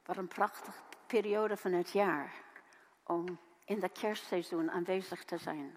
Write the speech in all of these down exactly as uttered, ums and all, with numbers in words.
Wat een prachtige periode van het jaar om in de kerstseizoen aanwezig te zijn.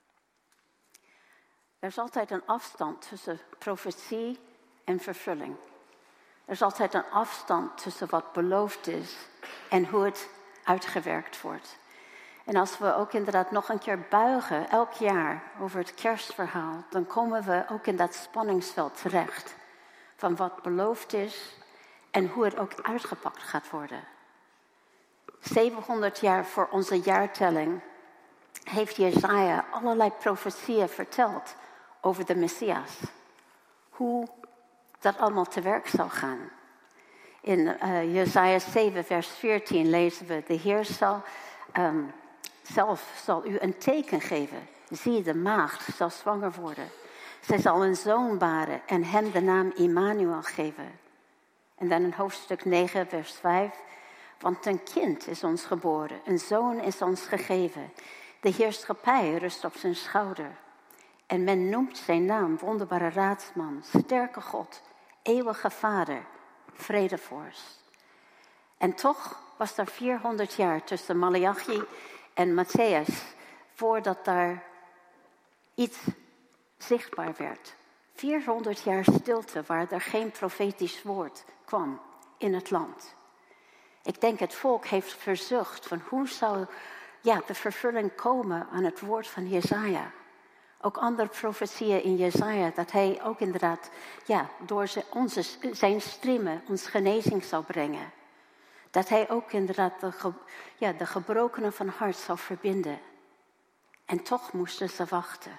Er is altijd een afstand tussen profetie en vervulling. Er is altijd een afstand tussen wat beloofd is en hoe het uitgewerkt wordt. En als we ook inderdaad nog een keer buigen, elk jaar, over het kerstverhaal, dan komen we ook in dat spanningsveld terecht. Van wat beloofd is en hoe het ook uitgepakt gaat worden. zevenhonderd jaar voor onze jaartelling heeft Jesaja allerlei profetieën verteld over de Messias. Hoe dat allemaal te werk zou gaan. In uh, Jesaja zeven vers veertien lezen we: de Heer zal, um, zelf zal u een teken geven. Zie, de maagd zal zwanger worden. Zij zal een zoon baren en hem de naam Immanuel geven. En dan in hoofdstuk negen vers vijf. Want een kind is ons geboren, een zoon is ons gegeven. De heerschappij rust op zijn schouder. En men noemt zijn naam wonderbare raadsman, sterke God, eeuwige vader, vredevorst. En toch was er vierhonderd jaar tussen Maleachi en Matthäus voordat daar iets zichtbaar werd. vierhonderd jaar stilte waar er geen profetisch woord kwam in het land. Ik denk het volk heeft verzucht van hoe zou ja, de vervulling komen aan het woord van Jesaja. Ook andere profetieën in Jesaja, dat hij ook inderdaad ja, door zijn, onze, zijn striemen ons genezing zou brengen. Dat hij ook inderdaad de, ge, ja, de gebrokenen van hart zou verbinden. En toch moesten ze wachten.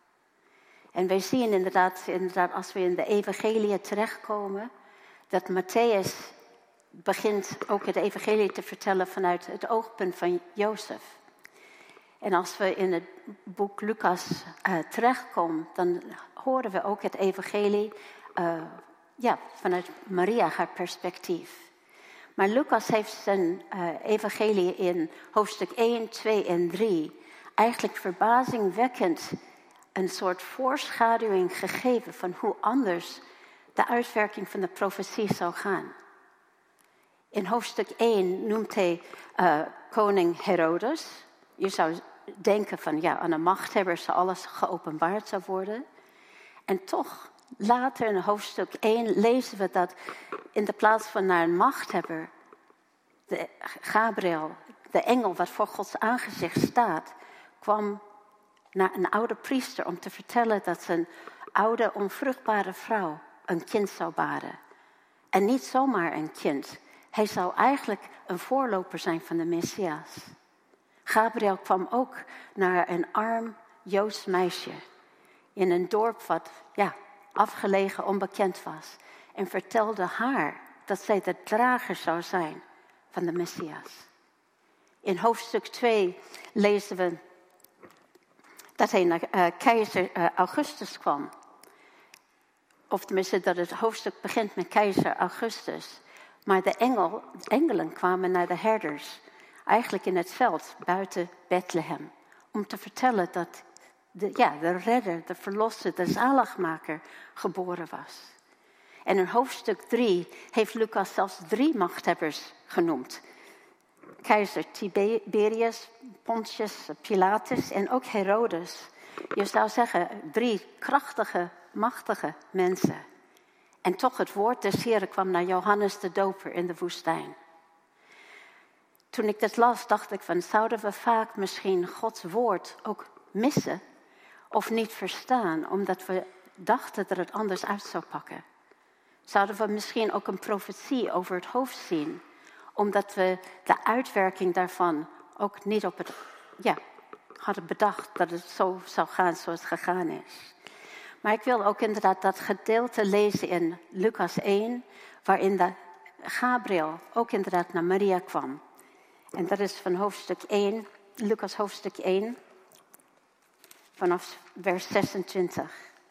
En wij zien inderdaad, inderdaad als we in de evangelie terechtkomen, dat Matthäus begint ook het evangelie te vertellen vanuit het oogpunt van Jozef. En als we in het boek Lucas uh, terechtkomen, dan horen we ook het evangelie uh, ja, vanuit Maria, haar perspectief. Maar Lucas heeft zijn uh, evangelie in hoofdstuk één, twee en drie eigenlijk verbazingwekkend een soort voorschaduwing gegeven van hoe anders de uitwerking van de profetie zou gaan. In hoofdstuk één noemt hij uh, koning Herodes. Je zou denken van ja, aan een machthebber zou alles geopenbaard zou worden. En toch, later in hoofdstuk één lezen we dat in de plaats van naar een machthebber, de Gabriel, de engel wat voor Gods aangezicht staat, kwam naar een oude priester om te vertellen dat zijn oude onvruchtbare vrouw een kind zou baren. En niet zomaar een kind. Hij zou eigenlijk een voorloper zijn van de Messias. Gabriel kwam ook naar een arm Joods meisje in een dorp wat ja, afgelegen, onbekend was. En vertelde haar dat zij de drager zou zijn van de Messias. In hoofdstuk twee lezen we dat hij naar uh, keizer uh, Augustus kwam. Of tenminste dat het hoofdstuk begint met keizer Augustus. Maar de engel, engelen kwamen naar de herders, eigenlijk in het veld buiten Bethlehem, om te vertellen dat de, ja, de redder, de verlosser, de zaligmaker geboren was. En in hoofdstuk drie heeft Lucas zelfs drie machthebbers genoemd. Keizer Tiberius, Pontius Pilatus en ook Herodes. Je zou zeggen drie krachtige, machtige mensen. En toch het woord des Heren kwam naar Johannes de Doper in de woestijn. Toen ik dit las, dacht ik van, zouden we vaak misschien Gods woord ook missen of niet verstaan, omdat we dachten dat het anders uit zou pakken? Zouden we misschien ook een profetie over het hoofd zien, omdat we de uitwerking daarvan ook niet op het, ja, hadden bedacht dat het zo zou gaan zoals het gegaan is. Maar ik wil ook inderdaad dat gedeelte lezen in Lucas één, waarin de Gabriel ook inderdaad naar Maria kwam. En dat is van hoofdstuk één, Lucas hoofdstuk één, vanaf vers zesentwintig.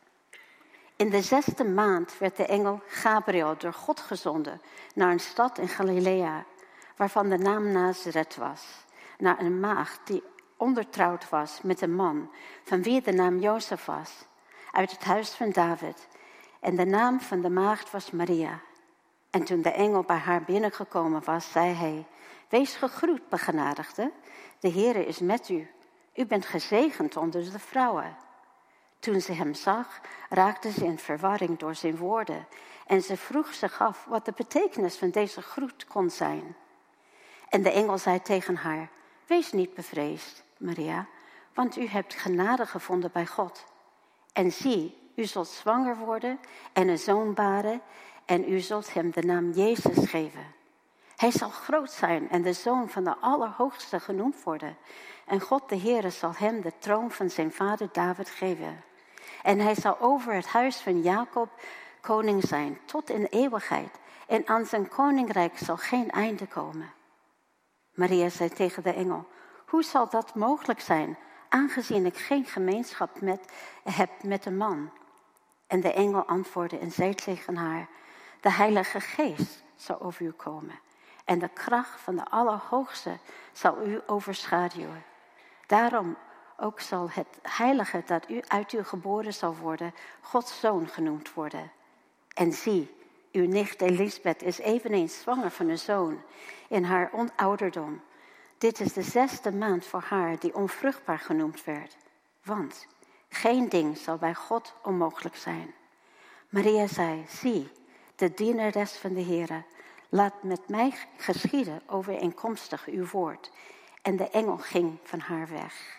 In de zesde maand werd de engel Gabriel door God gezonden naar een stad in Galilea, waarvan de naam Nazareth was, naar een maagd die ondertrouwd was met een man, van wie de naam Jozef was, uit het huis van David. En de naam van de maagd was Maria. En toen de engel bij haar binnengekomen was, zei hij: wees gegroet, begenadigde, de Heere is met u. U bent gezegend onder de vrouwen. Toen ze hem zag, raakte ze in verwarring door zijn woorden. En ze vroeg zich af wat de betekenis van deze groet kon zijn. En de engel zei tegen haar: wees niet bevreesd, Maria, want u hebt genade gevonden bij God. En zie, u zult zwanger worden en een zoon baren en u zult hem de naam Jezus geven. Hij zal groot zijn en de zoon van de Allerhoogste genoemd worden. En God de Heere zal hem de troon van zijn vader David geven. En hij zal over het huis van Jacob koning zijn tot in eeuwigheid. En aan zijn koninkrijk zal geen einde komen. Maria zei tegen de engel: hoe zal dat mogelijk zijn, aangezien ik geen gemeenschap met, heb met een man? En de engel antwoordde en zei tegen haar: de Heilige Geest zal over u komen. En de kracht van de Allerhoogste zal u overschaduwen. Daarom ook zal het heilige dat u uit u geboren zal worden, Gods zoon genoemd worden. En zie, uw nicht Elisabeth is eveneens zwanger van een zoon in haar ouderdom. Dit is de zesde maand voor haar die onvruchtbaar genoemd werd. Want geen ding zal bij God onmogelijk zijn. Maria zei: zie, de dienares van de Heere, laat met mij geschieden overeenkomstig uw woord. En de engel ging van haar weg.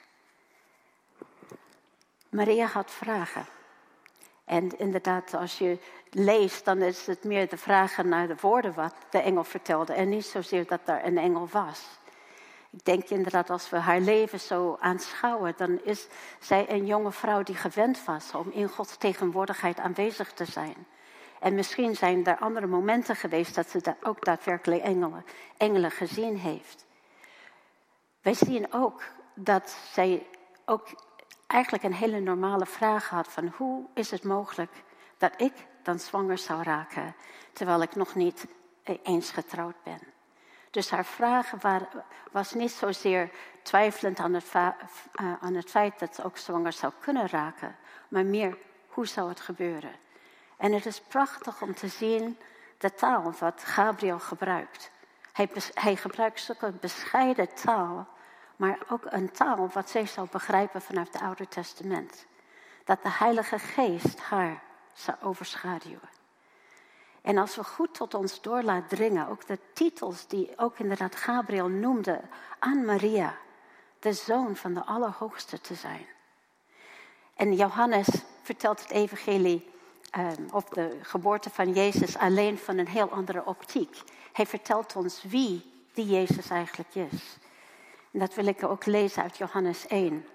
Maria had vragen. En inderdaad, als je leest, dan is het meer de vragen naar de woorden wat de engel vertelde. En niet zozeer dat er een engel was. Ik denk inderdaad, als we haar leven zo aanschouwen, dan is zij een jonge vrouw die gewend was om in Gods tegenwoordigheid aanwezig te zijn. En misschien zijn er andere momenten geweest dat ze daar ook daadwerkelijk engelen, engelen gezien heeft. Wij zien ook dat zij ook eigenlijk een hele normale vraag had van: hoe is het mogelijk dat ik dan zwanger zou raken, terwijl ik nog niet eens getrouwd ben. Dus haar vraag was niet zozeer twijfelend aan het, va- aan het feit dat ze ook zwanger zou kunnen raken, maar meer: hoe zou het gebeuren? En het is prachtig om te zien de taal wat Gabriel gebruikt. Hij, hij gebruikt zulke bescheiden taal, maar ook een taal wat zij zou begrijpen vanuit het Oude Testament. Dat de Heilige Geest haar zou overschaduwen. En als we goed tot ons door laten dringen, ook de titels die ook inderdaad Gabriel noemde aan Maria, de zoon van de Allerhoogste te zijn. En Johannes vertelt het evangelie um, of de geboorte van Jezus alleen van een heel andere optiek. Hij vertelt ons wie die Jezus eigenlijk is. En dat wil ik ook lezen uit Johannes één.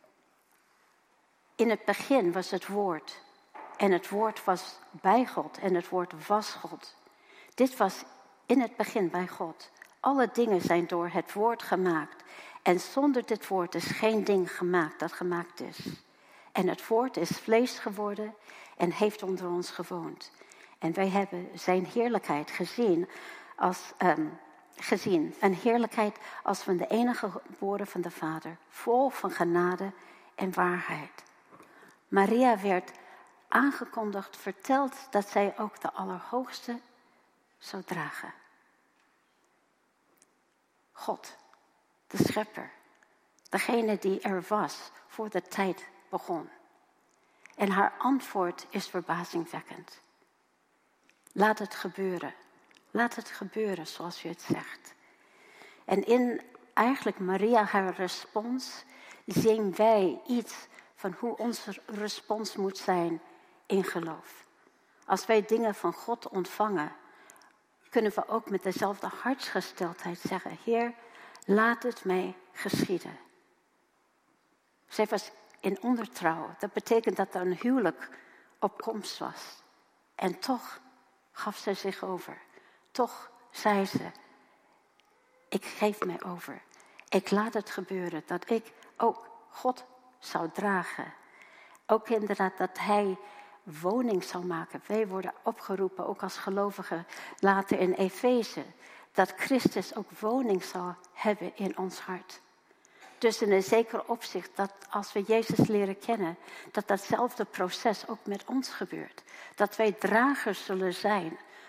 In het begin was het woord. En het woord was bij God. En het woord was God. Dit was in het begin bij God. Alle dingen zijn door het woord gemaakt. En zonder dit woord is geen ding gemaakt dat gemaakt is. En het woord is vlees geworden en heeft onder ons gewoond. En wij hebben zijn heerlijkheid gezien als... Um, gezien. Een heerlijkheid als van de enige geboren van de Vader. Vol van genade en waarheid. Maria werd aangekondigd, verteld dat zij ook de Allerhoogste zou dragen. God, de schepper. Degene die er was voor de tijd begon. En haar antwoord is verbazingwekkend. Laat het gebeuren. Laat het gebeuren zoals u het zegt. En in eigenlijk Maria haar respons zien wij iets van hoe onze respons moet zijn in geloof. Als wij dingen van God ontvangen, kunnen we ook met dezelfde hartsgesteldheid zeggen: Heer, laat het mij geschieden. Zij was in ondertrouw. Dat betekent dat er een huwelijk op komst was. En toch gaf zij zich over. Toch zei ze: ik geef mij over. Ik laat het gebeuren dat ik ook God zou dragen. Ook inderdaad dat hij woning zou maken. Wij worden opgeroepen, ook als gelovigen later in Efeze, dat Christus ook woning zal hebben in ons hart. Dus in een zeker opzicht dat als we Jezus leren kennen, dat datzelfde proces ook met ons gebeurt. Dat wij dragers zullen zijn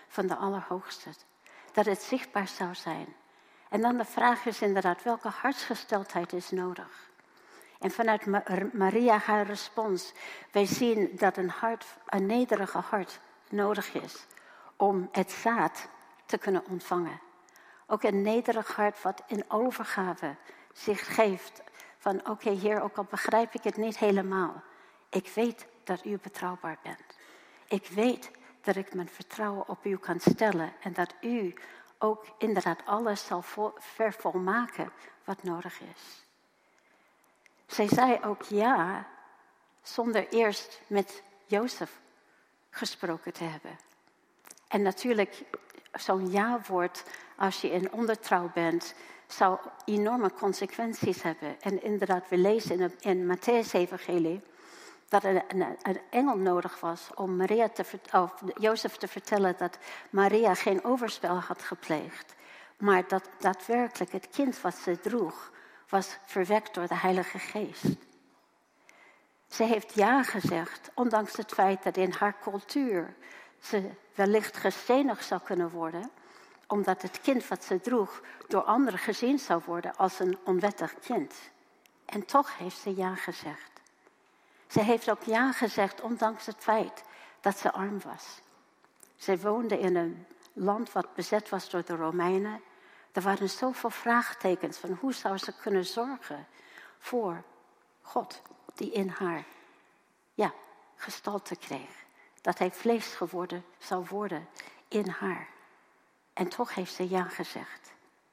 van de Allerhoogste. Dat het zichtbaar zou zijn. En dan de vraag is inderdaad, welke hartsgesteldheid is nodig? En vanuit Maria haar respons, wij zien dat een hart, een nederige hart nodig is om het zaad te kunnen ontvangen. Ook een nederig hart wat in overgave zich geeft van oké okay, Heer, ook al begrijp ik het niet helemaal. Ik weet dat u betrouwbaar bent. Ik weet dat ik mijn vertrouwen op u kan stellen en dat u ook inderdaad alles zal vervolmaken wat nodig is. Zij zei ook ja, zonder eerst met Jozef gesproken te hebben. En natuurlijk, zo'n ja-woord, als je in ondertrouw bent, zou enorme consequenties hebben. En inderdaad, we lezen in, in Mattheüs-evangelie dat er een, een engel nodig was om Maria te, of Jozef te vertellen dat Maria geen overspel had gepleegd. Maar dat daadwerkelijk het kind wat ze droeg was verwekt door de Heilige Geest. Ze heeft ja gezegd, ondanks het feit dat in haar cultuur ze wellicht gestenigd zou kunnen worden, omdat het kind wat ze droeg door anderen gezien zou worden als een onwettig kind. En toch heeft ze ja gezegd. Ze heeft ook ja gezegd, ondanks het feit dat ze arm was. Ze woonde in een land wat bezet was door de Romeinen. Er waren zoveel vraagtekens van hoe zou ze kunnen zorgen voor God die in haar ja, gestalte kreeg. Dat hij vlees geworden zou worden in haar. En toch heeft ze ja gezegd.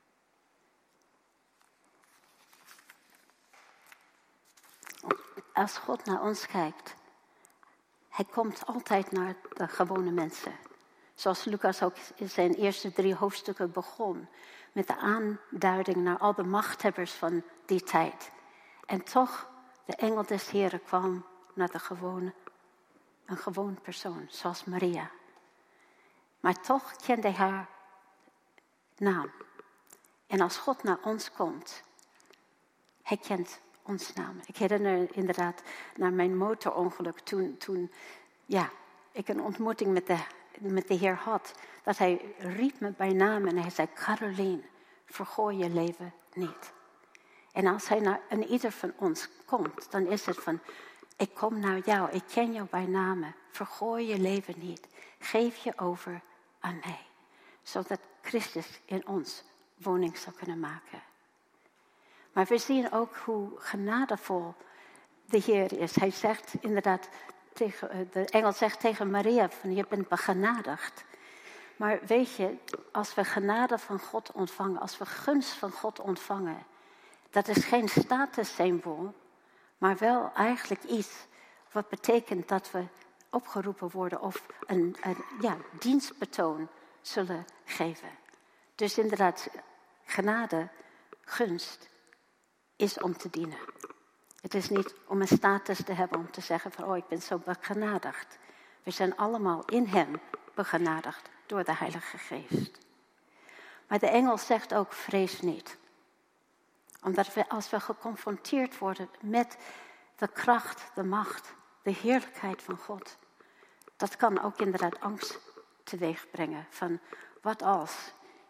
Als God naar ons kijkt, hij komt altijd naar de gewone mensen. Zoals Lucas ook in zijn eerste drie hoofdstukken begon. Met de aanduiding naar al de machthebbers van die tijd. En toch, de engel des Heren kwam naar de gewone, een gewoon persoon, zoals Maria. Maar toch kende hij haar naam. En als God naar ons komt, hij kent ons naam. Ik herinner inderdaad naar mijn motorongeluk toen, toen ja, ik een ontmoeting met de, met de Heer had. Dat hij riep me bij naam en hij zei, Caroline, vergooi je leven niet. En als hij naar een ieder van ons komt, dan is het van, ik kom naar jou, ik ken jou bij naam. Vergooi je leven niet. Geef je over aan mij. Zodat Christus in ons woning zou kunnen maken. Maar we zien ook hoe genadevol de Heer is. Hij zegt inderdaad, tegen, de engel zegt tegen Maria, van je bent begenadigd. Maar weet je, als we genade van God ontvangen, als we gunst van God ontvangen, dat is geen statussymbool, maar wel eigenlijk iets wat betekent dat we opgeroepen worden of een, een ja, dienstbetoon zullen geven. Dus inderdaad, genade, gunst, is om te dienen. Het is niet om een status te hebben om te zeggen van, oh, ik ben zo begenadigd. We zijn allemaal in hem begenadigd door de Heilige Geest. Maar de engel zegt ook, vrees niet. Omdat we, als we geconfronteerd worden met de kracht, de macht, de heerlijkheid van God, dat kan ook inderdaad angst teweeg brengen. Van, wat als?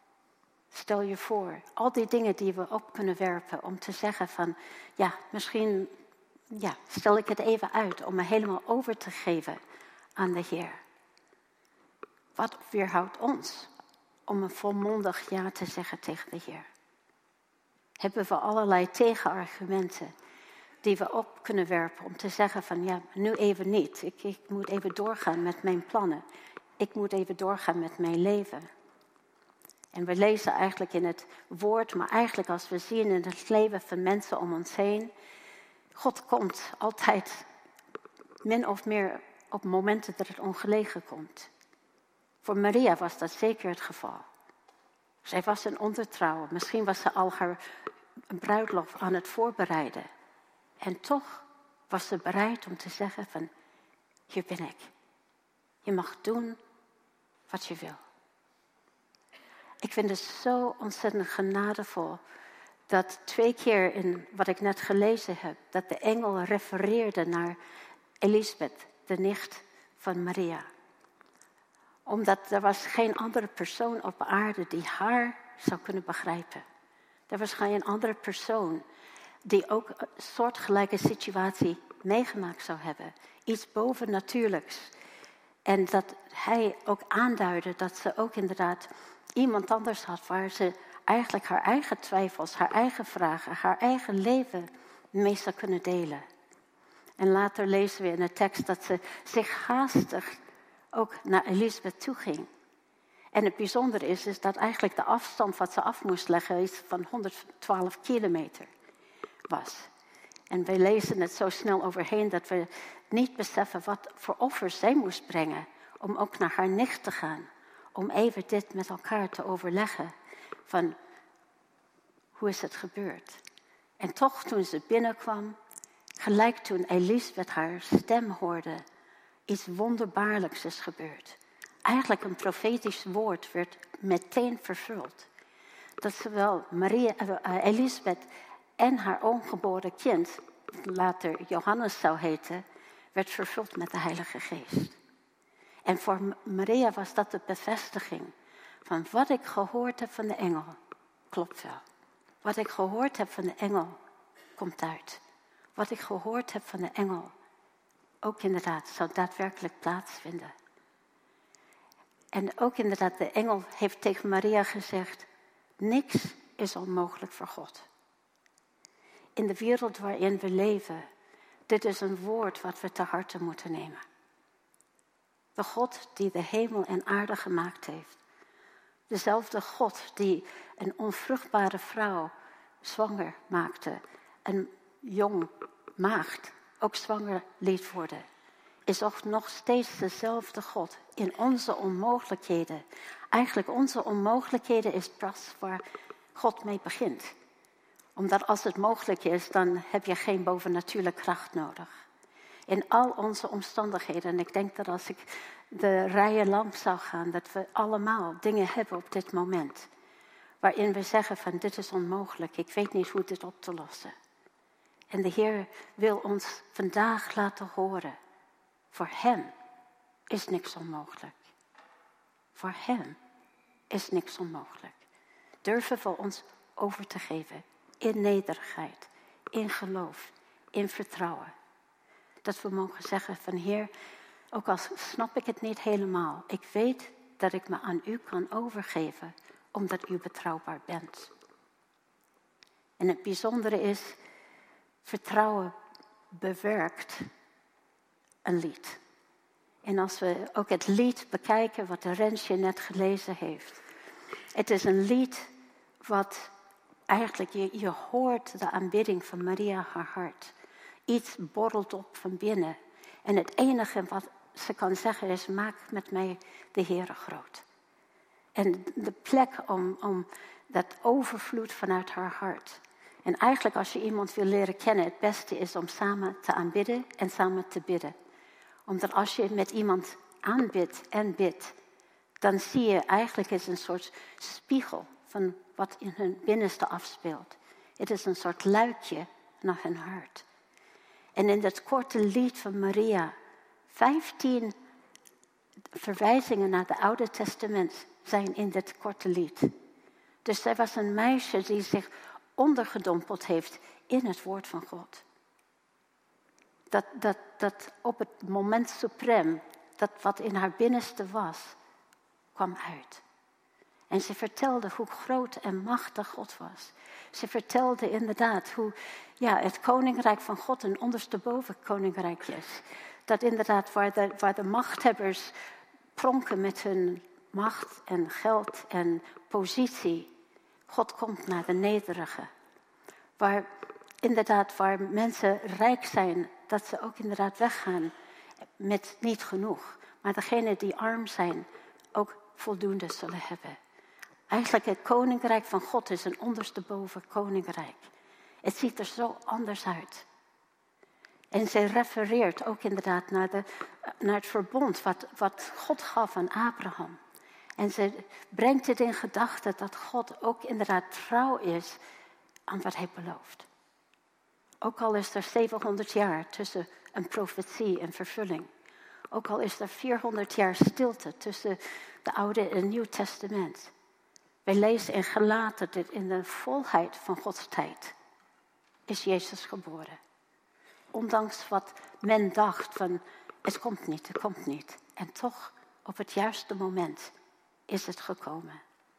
Stel je voor, al die dingen die we op kunnen werpen om te zeggen van, ja, misschien ja, stel ik het even uit om me helemaal over te geven aan de Heer. Wat weerhoudt ons om een volmondig ja te zeggen tegen de Heer? Hebben we allerlei tegenargumenten die we op kunnen werpen om te zeggen van, ja, nu even niet. Ik, ik moet even doorgaan met mijn plannen. Ik moet even doorgaan met mijn leven. En we lezen eigenlijk in het woord, maar eigenlijk als we zien in het leven van mensen om ons heen, God komt altijd min of meer op momenten dat het ongelegen komt. Voor Maria was dat zeker het geval. Zij was een ondertrouw. Misschien was ze al haar bruiloft aan het voorbereiden. En toch was ze bereid om te zeggen van, hier ben ik. Je mag doen wat je wil. Ik vind het zo ontzettend genadevol dat twee keer in wat ik net gelezen heb, dat de engel refereerde naar Elisabeth, de nicht van Maria. Omdat er was geen andere persoon op aarde die haar zou kunnen begrijpen. Er was geen andere persoon die ook een soortgelijke situatie meegemaakt zou hebben. Iets bovennatuurlijks. En dat hij ook aanduidde dat ze ook inderdaad iemand anders had waar ze eigenlijk haar eigen twijfels, haar eigen vragen, haar eigen leven mee zou kunnen delen. En later lezen we in de tekst dat ze zich haastig ook naar Elisabeth toe ging. En het bijzondere is, is dat eigenlijk de afstand wat ze af moest leggen is van honderdtwaalf kilometer was. En wij lezen het zo snel overheen dat we niet beseffen wat voor offers zij moest brengen om ook naar haar nicht te gaan. Om even dit met elkaar te overleggen van hoe is het gebeurd. En toch toen ze binnenkwam, gelijk toen Elisabeth haar stem hoorde, iets wonderbaarlijks is gebeurd. Eigenlijk een profetisch woord werd meteen vervuld. Dat zowel Maria, uh, Elisabeth en haar ongeboren kind, later Johannes zou heten, werd vervuld met de Heilige Geest. En voor Maria was dat de bevestiging van wat ik gehoord heb van de engel, klopt wel. Wat ik gehoord heb van de engel, komt uit. Wat ik gehoord heb van de engel, ook inderdaad, zou daadwerkelijk plaatsvinden. En ook inderdaad, de engel heeft tegen Maria gezegd, niks is onmogelijk voor God. In de wereld waarin we leven, dit is een woord wat we te harte moeten nemen. De God die de hemel en aarde gemaakt heeft. Dezelfde God die een onvruchtbare vrouw zwanger maakte. Een jong maagd ook zwanger liet worden. Is ook nog steeds dezelfde God in onze onmogelijkheden. Eigenlijk onze onmogelijkheden is pas waar God mee begint. Omdat als het mogelijk is, dan heb je geen bovennatuurlijke kracht nodig. In al onze omstandigheden, en ik denk dat als ik de rijen lang zou gaan, dat we allemaal dingen hebben op dit moment. Waarin we zeggen van dit is onmogelijk, ik weet niet hoe dit op te lossen. En de Heer wil ons vandaag laten horen. Voor Hem is niks onmogelijk. Voor Hem is niks onmogelijk. Durven we ons over te geven in nederigheid, in geloof, in vertrouwen. Dat we mogen zeggen van Heer, ook al snap ik het niet helemaal. Ik weet dat ik me aan U kan overgeven, omdat U betrouwbaar bent. En het bijzondere is, vertrouwen bewerkt een lied. En als we ook het lied bekijken wat de Rensje net gelezen heeft. Het is een lied wat eigenlijk, je, je hoort de aanbidding van Maria haar hart. Iets borrelt op van binnen. En het enige wat ze kan zeggen is, maak met mij de Heere groot. En de plek om, om dat overvloed vanuit haar hart. En eigenlijk als je iemand wil leren kennen, het beste is om samen te aanbidden en samen te bidden. Omdat als je met iemand aanbidt en bidt, dan zie je eigenlijk is een soort spiegel van wat in hun binnenste afspeelt. Het is een soort luikje naar hun hart. En in dat korte lied van Maria, vijftien verwijzingen naar het Oude Testament zijn in dit korte lied. Dus zij was een meisje die zich ondergedompeld heeft in het woord van God. Dat, dat, dat op het moment suprem, dat wat in haar binnenste was, kwam uit. En ze vertelde hoe groot en machtig God was. Ze vertelde inderdaad hoe ja, het koninkrijk van God een ondersteboven koninkrijk is. Dat inderdaad waar de, waar de machthebbers pronken met hun macht en geld en positie. God komt naar de nederigen. Waar inderdaad waar mensen rijk zijn, dat ze ook inderdaad weggaan met niet genoeg. Maar degenen die arm zijn, ook voldoende zullen hebben. Eigenlijk het koninkrijk van God is een ondersteboven koninkrijk. Het ziet er zo anders uit. En ze refereert ook inderdaad naar, de, naar het verbond wat, wat God gaf aan Abraham. En ze brengt het in gedachten dat God ook inderdaad trouw is aan wat hij belooft. Ook al is er zevenhonderd jaar tussen een profetie en vervulling. Ook al is er vierhonderd jaar stilte tussen de Oude en het Nieuw Testament. Wij lezen in Galaten dat in de volheid van Gods tijd is Jezus geboren. Ondanks wat men dacht van het komt niet, het komt niet. En toch op het juiste moment is het gekomen.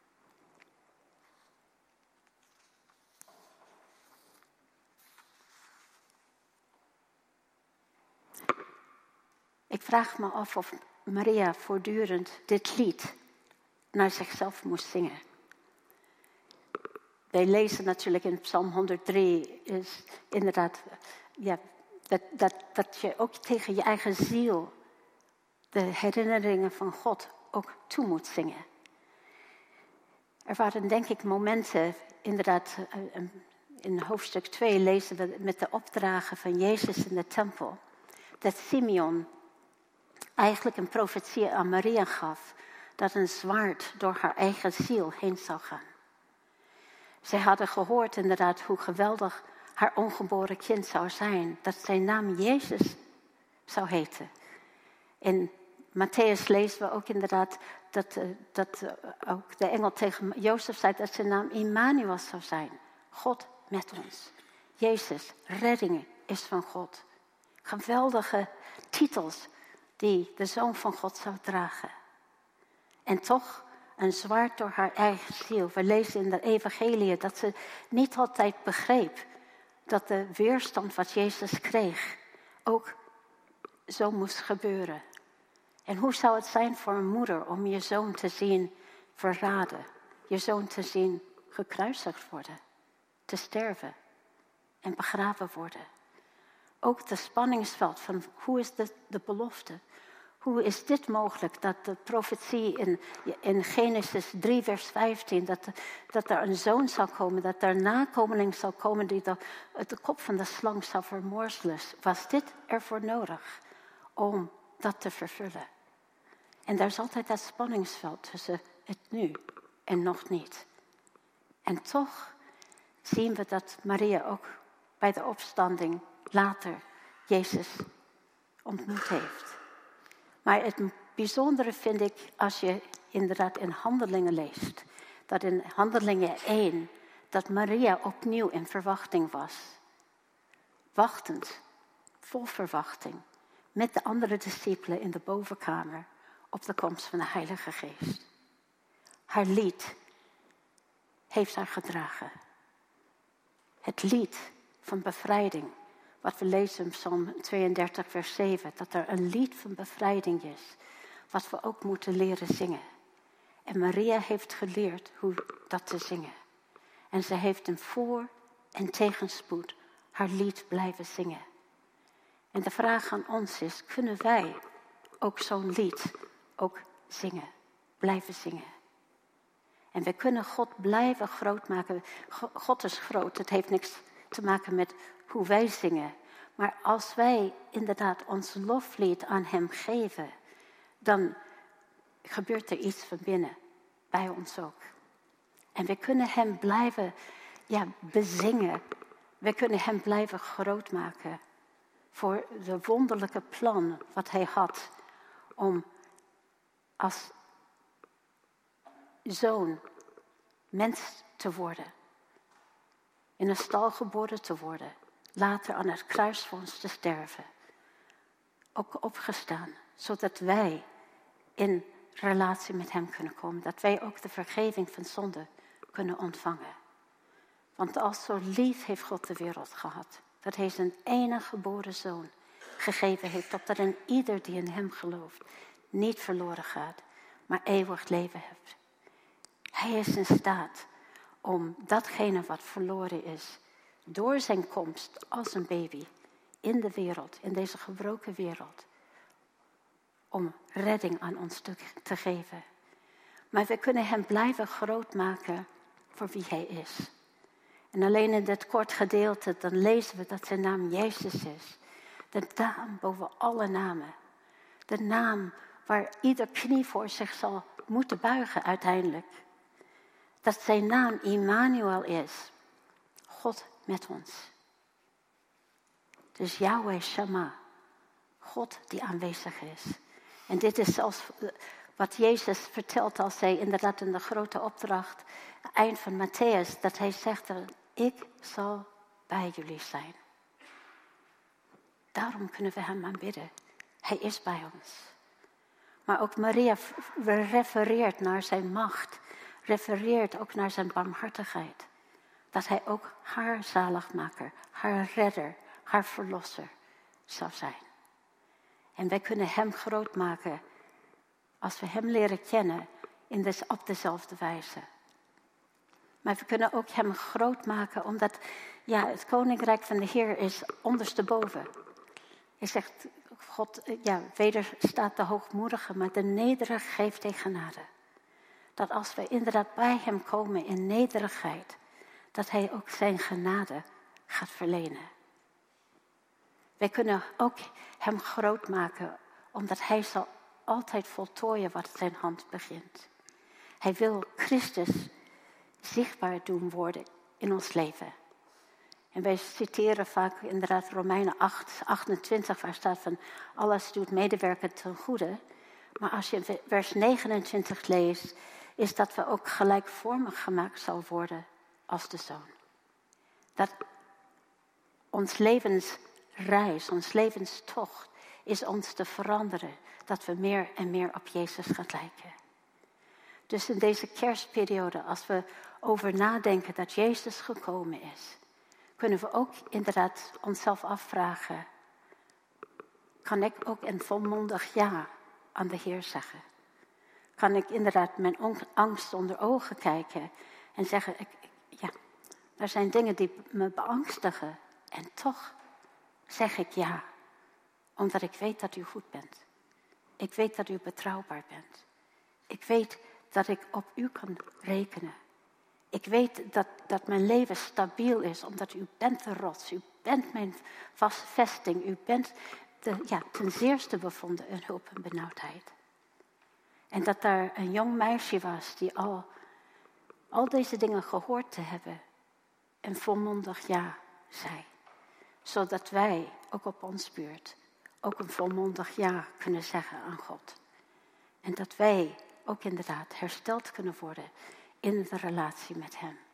Ik vraag me af of Maria voortdurend dit lied naar zichzelf moest zingen. Wij lezen natuurlijk in Psalm honderddrie is inderdaad ja, dat, dat, dat je ook tegen je eigen ziel de herinneringen van God ook toe moet zingen. Er waren denk ik momenten, inderdaad in hoofdstuk twee lezen we met de opdragen van Jezus in de tempel, dat Simeon eigenlijk een profetie aan Maria gaf dat een zwaard door haar eigen ziel heen zou gaan. Zij hadden gehoord inderdaad hoe geweldig haar ongeboren kind zou zijn, dat zijn naam Jezus zou heten. In Matthäus lezen we ook inderdaad dat, uh, dat uh, ook de engel tegen Jozef zei dat zijn naam Immanuel zou zijn. God met ons. Jezus, redding is van God. Geweldige titels die de Zoon van God zou dragen. En toch een zwaard door haar eigen ziel. We lezen in de evangelie dat ze niet altijd begreep dat de weerstand wat Jezus kreeg ook zo moest gebeuren. En hoe zou het zijn voor een moeder om je zoon te zien verraden, je zoon te zien gekruisigd worden, te sterven en begraven worden. Ook de spanningsveld van hoe is de, de belofte? Hoe is dit mogelijk dat de profetie in, in Genesis drie vers vijftien, dat, dat er een zoon zou komen, dat er een nakomeling zou komen die de, de kop van de slang zou vermorzelen. Was dit ervoor nodig om dat te vervullen? En daar is altijd dat spanningsveld tussen het nu en nog niet. En toch zien we dat Maria ook bij de opstanding later Jezus ontmoet heeft. Maar het bijzondere vind ik als je inderdaad in Handelingen leest. Dat in Handelingen één, dat Maria opnieuw in verwachting was. Wachtend, vol verwachting. Met de andere discipelen in de bovenkamer op de komst van de Heilige Geest. Haar lied heeft haar gedragen. Het lied van bevrijding. Wat we lezen in Psalm tweeëndertig vers zeven. Dat er een lied van bevrijding is. Wat we ook moeten leren zingen. En Maria heeft geleerd hoe dat te zingen. En ze heeft in voor- en tegenspoed haar lied blijven zingen. En de vraag aan ons is, kunnen wij ook zo'n lied ook zingen? Blijven zingen. En we kunnen God blijven groot maken. God is groot, het heeft niks te maken met hoe wij zingen. Maar als wij inderdaad ons loflied aan hem geven, dan gebeurt er iets van binnen, bij ons ook. En we kunnen hem blijven ja, bezingen. We kunnen hem blijven groot maken voor de wonderlijke plan wat hij had om als zoon mens te worden. In een stal geboren te worden. Later aan het kruis voor ons te sterven. Ook opgestaan. Zodat wij in relatie met hem kunnen komen. Dat wij ook de vergeving van zonde kunnen ontvangen. Want als zo lief heeft God de wereld gehad. Dat hij zijn enige geboren zoon gegeven heeft. Opdat een ieder die in hem gelooft niet verloren gaat. Maar eeuwig leven heeft. Hij is in staat om datgene wat verloren is, door zijn komst als een baby in de wereld, in deze gebroken wereld, om redding aan ons te, te geven. Maar we kunnen hem blijven groot maken voor wie hij is. En alleen in dit kort gedeelte, dan lezen we dat zijn naam Jezus is. De naam boven alle namen. De naam waar ieder knie voor zich zal moeten buigen uiteindelijk. Dat zijn naam Immanuel is. God met ons. Dus Yahweh Shammah. God die aanwezig is. En dit is zelfs wat Jezus vertelt als hij inderdaad in de grote opdracht, eind van Matthäus, dat hij zegt, ik zal bij jullie zijn. Daarom kunnen we hem aanbidden. Hij is bij ons. Maar ook Maria refereert naar zijn macht, refereert ook naar zijn barmhartigheid. Dat hij ook haar zaligmaker, haar redder, haar verlosser zou zijn. En wij kunnen hem groot maken als we hem leren kennen in des, op dezelfde wijze. Maar we kunnen ook hem groot maken omdat ja, het koninkrijk van de Heer is ondersteboven. Hij zegt, God ja, wederstaat de hoogmoedige, maar de nederige geeft hij genade. Dat als we inderdaad bij hem komen in nederigheid, dat hij ook zijn genade gaat verlenen. Wij kunnen ook hem groot maken, omdat hij zal altijd voltooien wat zijn hand begint. Hij wil Christus zichtbaar doen worden in ons leven. En wij citeren vaak inderdaad Romeinen acht, achtentwintig, waar staat van alles doet medewerken ten goede. Maar als je vers negenentwintig leest, is dat we ook gelijkvormig gemaakt zal worden als de Zoon. Dat ons levensreis, ons levenstocht is ons te veranderen. Dat we meer en meer op Jezus gaan lijken. Dus in deze kerstperiode, als we over nadenken dat Jezus gekomen is, kunnen we ook inderdaad onszelf afvragen, kan ik ook een volmondig ja aan de Heer zeggen? Kan ik inderdaad mijn angst onder ogen kijken en zeggen, ik, ik, ja, er zijn dingen die me beangstigen en toch zeg ik ja, omdat ik weet dat u goed bent. Ik weet dat u betrouwbaar bent. Ik weet dat ik op u kan rekenen. Ik weet dat, dat mijn leven stabiel is, omdat u bent de rots. U bent mijn vesting. U bent de, ja, ten zeerste bevonden in hulp en benauwdheid. En dat daar een jong meisje was die al, al deze dingen gehoord te hebben en volmondig ja zei. Zodat wij ook op ons beurt ook een volmondig ja kunnen zeggen aan God. En dat wij ook inderdaad hersteld kunnen worden in de relatie met hem.